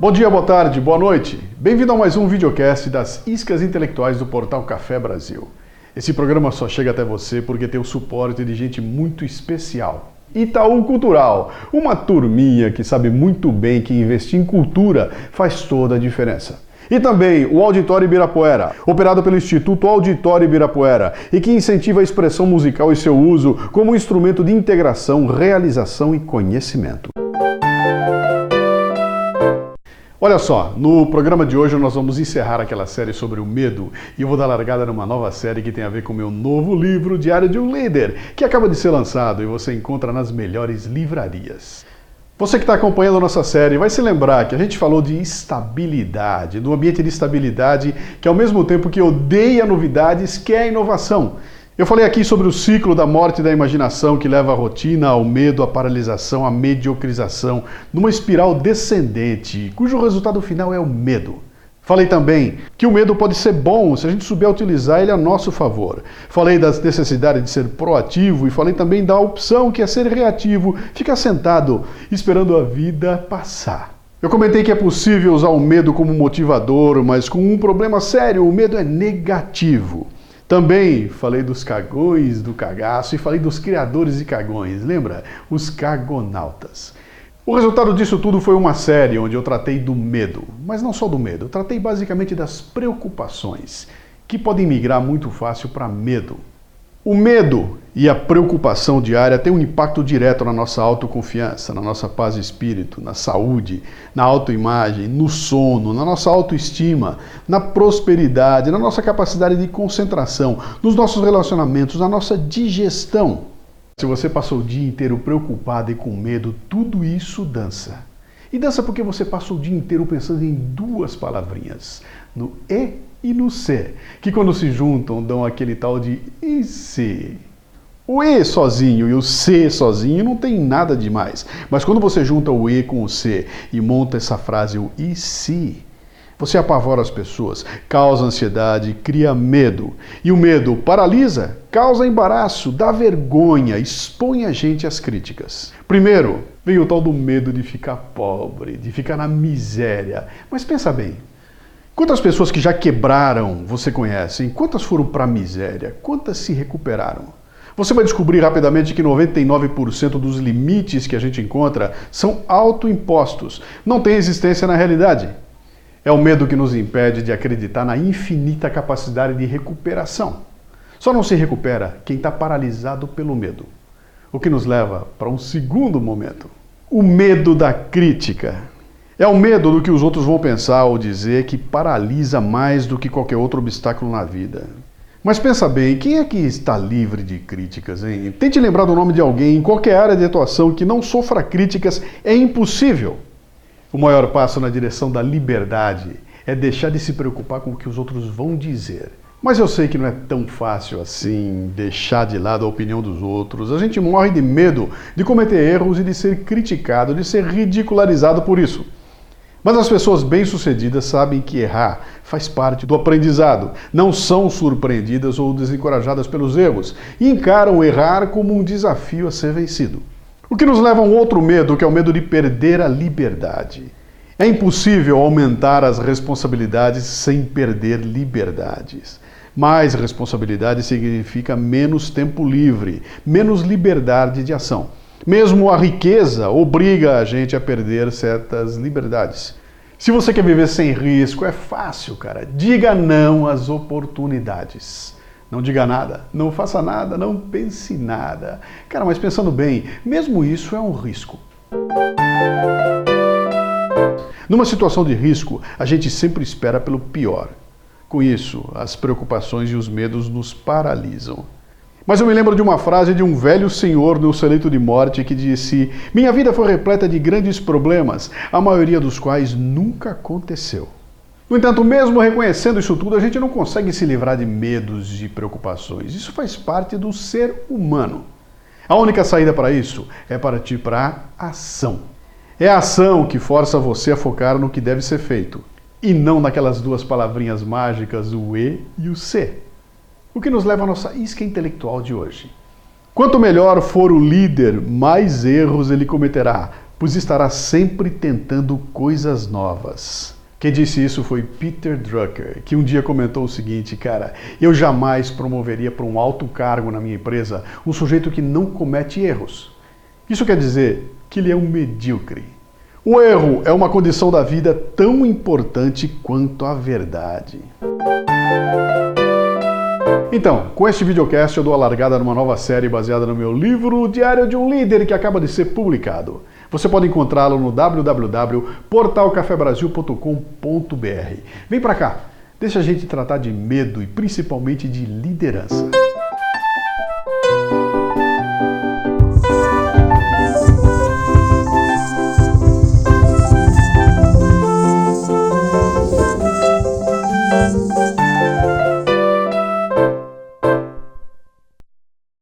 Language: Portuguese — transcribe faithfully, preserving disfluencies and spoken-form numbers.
Bom dia, boa tarde, boa noite. Bem-vindo a mais um videocast das Iscas Intelectuais do Portal Café Brasil. Esse programa só chega até você porque tem o suporte de gente muito especial. Itaú Cultural, uma turminha que sabe muito bem que investir em cultura faz toda a diferença. E também o Auditório Ibirapuera, operado pelo Instituto Auditório Ibirapuera e que incentiva a expressão musical e seu uso como instrumento de integração, realização e conhecimento. Olha só, no programa de hoje nós vamos encerrar aquela série sobre o medo e eu vou dar largada numa nova série que tem a ver com o meu novo livro, Diário de um Líder, que acaba de ser lançado e você encontra nas melhores livrarias. Você que está acompanhando a nossa série vai se lembrar que a gente falou de estabilidade, do ambiente de estabilidade que ao mesmo tempo que odeia novidades, quer a inovação. Eu falei aqui sobre o ciclo da morte da imaginação que leva à rotina, ao medo, à paralisação, à mediocrização, numa espiral descendente, cujo resultado final é o medo. Falei também que o medo pode ser bom se a gente souber utilizar ele a nosso favor. Falei das necessidades de ser proativo e falei também da opção que é ser reativo, ficar sentado esperando a vida passar. Eu comentei que é possível usar o medo como motivador, mas com um problema sério, o medo é negativo. Também falei dos cagões do cagaço e falei dos criadores de cagões, lembra? Os cagonautas. O resultado disso tudo foi uma série onde eu tratei do medo, mas não só do medo, eu tratei basicamente das preocupações, que podem migrar muito fácil para medo. O medo e a preocupação diária têm um impacto direto na nossa autoconfiança, na nossa paz de espírito, na saúde, na autoimagem, no sono, na nossa autoestima, na prosperidade, na nossa capacidade de concentração, nos nossos relacionamentos, na nossa digestão. Se você passou o dia inteiro preocupado e com medo, tudo isso dança. E dança porque você passou o dia inteiro pensando em duas palavrinhas, no E e no C, que quando se juntam dão aquele tal de e se. O E sozinho e o C sozinho não tem nada demais, mas quando você junta o E com o C e monta essa frase, o e se, você apavora as pessoas, causa ansiedade, cria medo. E o medo paralisa, causa embaraço, dá vergonha, expõe a gente às críticas. Primeiro, vem o tal do medo de ficar pobre, de ficar na miséria. Mas pensa bem, quantas pessoas que já quebraram você conhece? Quantas foram para a miséria? Quantas se recuperaram? Você vai descobrir rapidamente que noventa e nove por cento dos limites que a gente encontra são autoimpostos, não têm existência na realidade. É o medo que nos impede de acreditar na infinita capacidade de recuperação. Só não se recupera quem está paralisado pelo medo. O que nos leva para um segundo momento. O medo da crítica. É o medo do que os outros vão pensar ou dizer que paralisa mais do que qualquer outro obstáculo na vida. Mas pensa bem, quem é que está livre de críticas, hein? Tente lembrar do nome de alguém em qualquer área de atuação que não sofra críticas, é impossível. O maior passo na direção da liberdade é deixar de se preocupar com o que os outros vão dizer. Mas eu sei que não é tão fácil assim deixar de lado a opinião dos outros. A gente morre de medo de cometer erros e de ser criticado, de ser ridicularizado por isso. Mas as pessoas bem-sucedidas sabem que errar faz parte do aprendizado. Não são surpreendidas ou desencorajadas pelos erros e encaram o errar como um desafio a ser vencido. O que nos leva a um outro medo, que é o medo de perder a liberdade. É impossível aumentar as responsabilidades sem perder liberdades. Mais responsabilidade significa menos tempo livre, menos liberdade de ação. Mesmo a riqueza obriga a gente a perder certas liberdades. Se você quer viver sem risco, é fácil, cara. Diga não às oportunidades. Não diga nada, não faça nada, não pense nada. Cara, mas pensando bem, mesmo isso é um risco. Numa situação de risco, a gente sempre espera pelo pior. Com isso, as preocupações e os medos nos paralisam. Mas eu me lembro de uma frase de um velho senhor no seu leito de morte que disse: "Minha vida foi repleta de grandes problemas, a maioria dos quais nunca aconteceu." No entanto, mesmo reconhecendo isso tudo, a gente não consegue se livrar de medos e preocupações. Isso faz parte do ser humano. A única saída para isso é partir para a ação. É a ação que força você a focar no que deve ser feito, e não naquelas duas palavrinhas mágicas, o E e o C. O que nos leva à nossa isca intelectual de hoje. Quanto melhor for o líder, mais erros ele cometerá. pois estará sempre tentando coisas novas. Quem disse isso foi Peter Drucker, que um dia comentou o seguinte: cara, eu jamais promoveria para um alto cargo na minha empresa um sujeito que não comete erros. Isso quer dizer que ele é um medíocre. O erro é uma condição da vida tão importante quanto a verdade. Então, com este videocast eu dou a largada numa nova série baseada no meu livro Diário de um Líder, que acaba de ser publicado. Você pode encontrá-lo no w w w ponto portal café brasil ponto com ponto b r. Vem pra cá, deixa a gente tratar de medo e principalmente de liderança.